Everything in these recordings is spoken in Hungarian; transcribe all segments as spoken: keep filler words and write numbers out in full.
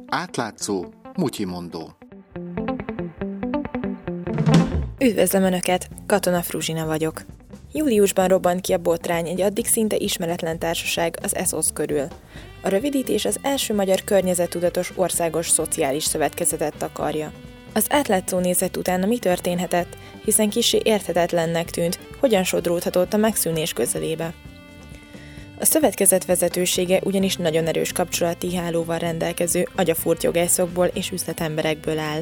Átlátszó, mutyimondó. Üdvözlöm Önöket, Katona Fruzsina vagyok. Júliusban robbant ki a botrány egy addig szinte ismeretlen társaság az eszósz körül. A rövidítés az első magyar környezettudatos országos szociális szövetkezetet takarja. Az átlátszó nézet utána mi történhetett, hiszen kissé érthetetlennek tűnt, hogyan sodródhatott a megszűnés közelébe. A szövetkezet vezetősége ugyanis nagyon erős kapcsolati hálóval rendelkező agyafúrt jogászokból és üzletemberekből áll.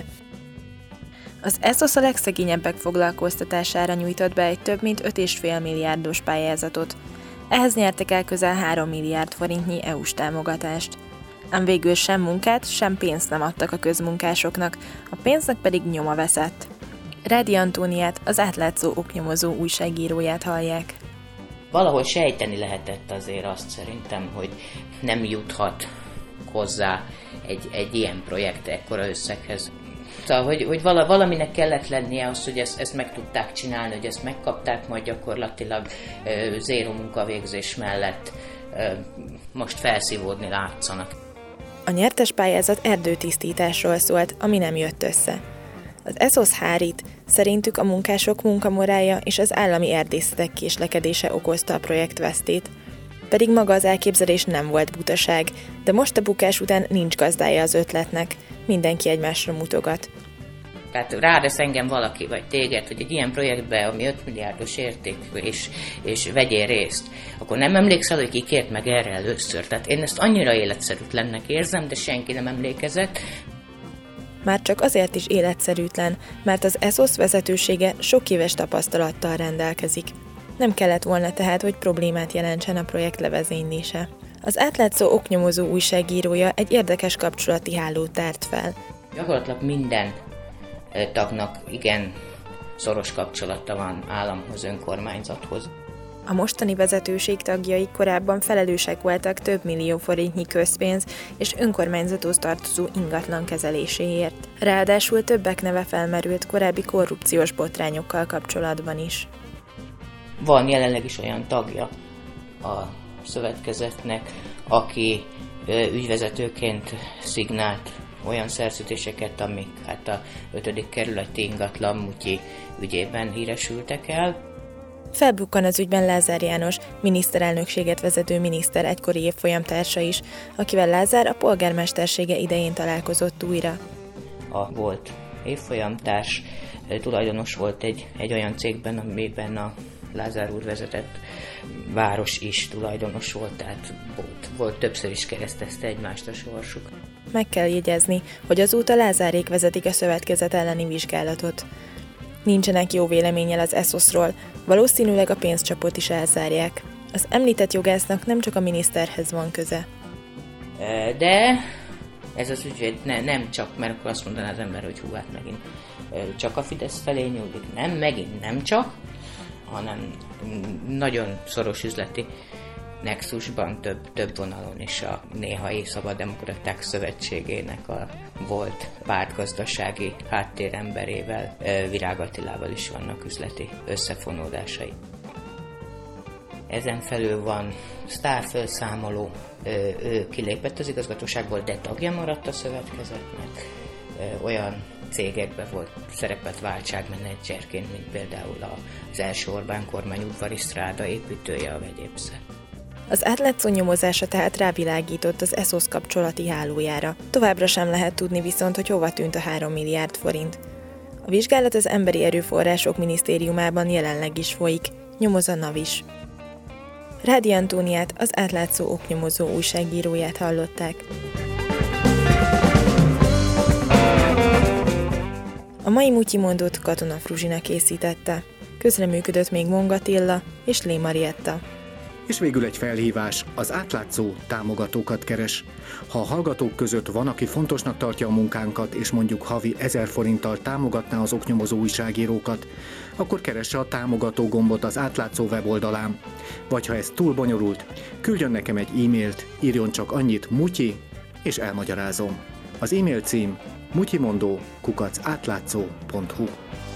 Az eszósz a legszegényebbek foglalkoztatására nyújtott be egy több mint öt egész öt milliárdos pályázatot. Ehhez nyertek el közel három milliárd forintnyi é u-s támogatást. Ám végül sem munkát, sem pénzt nem adtak a közmunkásoknak, a pénznek pedig nyoma veszett. Rádi Antóniát, az átlátszó oknyomozó újságíróját hallják. Valahol sejteni lehetett azért azt szerintem, hogy nem juthat hozzá egy, egy ilyen projekt ekkora összeghez. Szóval, hogy, hogy valaminek kellett lennie az, hogy ezt, ezt meg tudták csinálni, hogy ezt megkapták, majd gyakorlatilag ö, zéró munkavégzés mellett ö, most felszívódni látszanak. A nyertes pályázat erdőtisztításról szólt, ami nem jött össze. Az eszósz hárít, szerintük a munkások munkamorálja és az állami erdészetek késlekedése okozta a projekt vesztét. Pedig maga az elképzelés nem volt butaság, de most a bukás után nincs gazdája az ötletnek, mindenki egymásra mutogat. Tehát rávesz engem valaki, vagy téged, hogy egy ilyen projektbe, ami öt milliárdos értékű, és, és vegyél részt, akkor nem emlékszel, hogy ki kért meg erre először. Tehát én ezt annyira életszerűtlennek érzem, de senki nem emlékezett. Már csak azért is életszerűtlen, mert az eszósz vezetősége sok éves tapasztalattal rendelkezik. Nem kellett volna tehát, hogy problémát jelentsen a projekt levezénylése. Az átlátszó oknyomozó újságírója egy érdekes kapcsolati hálót tárt fel. Gyakorlatilag minden tagnak igen szoros kapcsolata van államhoz, önkormányzathoz. A mostani vezetőség tagjai korábban felelősek voltak több millió forintnyi közpénz és önkormányzathoz tartozó ingatlan kezeléséért. Ráadásul többek neve felmerült korábbi korrupciós botrányokkal kapcsolatban is. Van jelenleg is olyan tagja a szövetkezetnek, aki ügyvezetőként szignált olyan szerződéseket, amik hát a ötödik kerületi ingatlan mutyi ügyében híresültek el. Felbukkan az ügyben Lázár János, miniszterelnökséget vezető miniszter egykori évfolyamtársa is, akivel Lázár a polgármestersége idején találkozott újra. A volt évfolyamtárs tulajdonos volt egy, egy olyan cégben, amiben a Lázár úr vezetett város is tulajdonos volt, tehát volt, volt többször is keresztezte egymást a sorsuk. Meg kell jegyezni, hogy azóta Lázárék vezetik a szövetkezet elleni vizsgálatot. Nincsenek jó véleménnyel az eszószról, valószínűleg a pénzcsapot is elzárják. Az említett jogásznak nem csak a miniszterhez van köze. De ez az ügyvéd ne, nem csak, mert akkor azt mondaná az ember, hogy hú, hát megint csak a Fidesz felé nyúlik. Nem, megint nem csak, hanem nagyon szoros üzleti nexusban, több, több vonalon is a néhai Szabaddemokraták Szövetségének a volt pártgazdasági háttéremberével, Virág Attilával is vannak üzleti összefonódásai. Ezen felül van sztárfelszámoló, ő kilépett az igazgatóságból, de tagja maradt a szövetkezetnek, olyan cégekbe volt szerepet váltságmenedzserként, mint például az első Orbán kormány udvarisztráda építője, a Vegyépszer. Az átlátszó nyomozása tehát rávilágított az eszósz kapcsolati hálójára. Továbbra sem lehet tudni viszont, hogy hova tűnt a három milliárd forint. A vizsgálat az Emberi Erőforrások Minisztériumában jelenleg is folyik, nyomoz a NAV is. Rádi Antóniát, az átlátszó oknyomozó újságíróját hallották. A mai mutyimondót Katona Fruzsina készítette. Közreműködött még Mong Attila és Lé Marietta. És végül egy felhívás, az átlátszó támogatókat keres. Ha a hallgatók között van, aki fontosnak tartja a munkánkat, és mondjuk havi ezer forinttal támogatná az oknyomozó újságírókat, akkor keresse a támogató gombot az átlátszó weboldalán. Vagy ha ez túl bonyolult, küldjön nekem egy e-mailt, írjon csak annyit mutyi, és elmagyarázom. Az e-mail cím mutyimondó kukac átlátszó pont hu.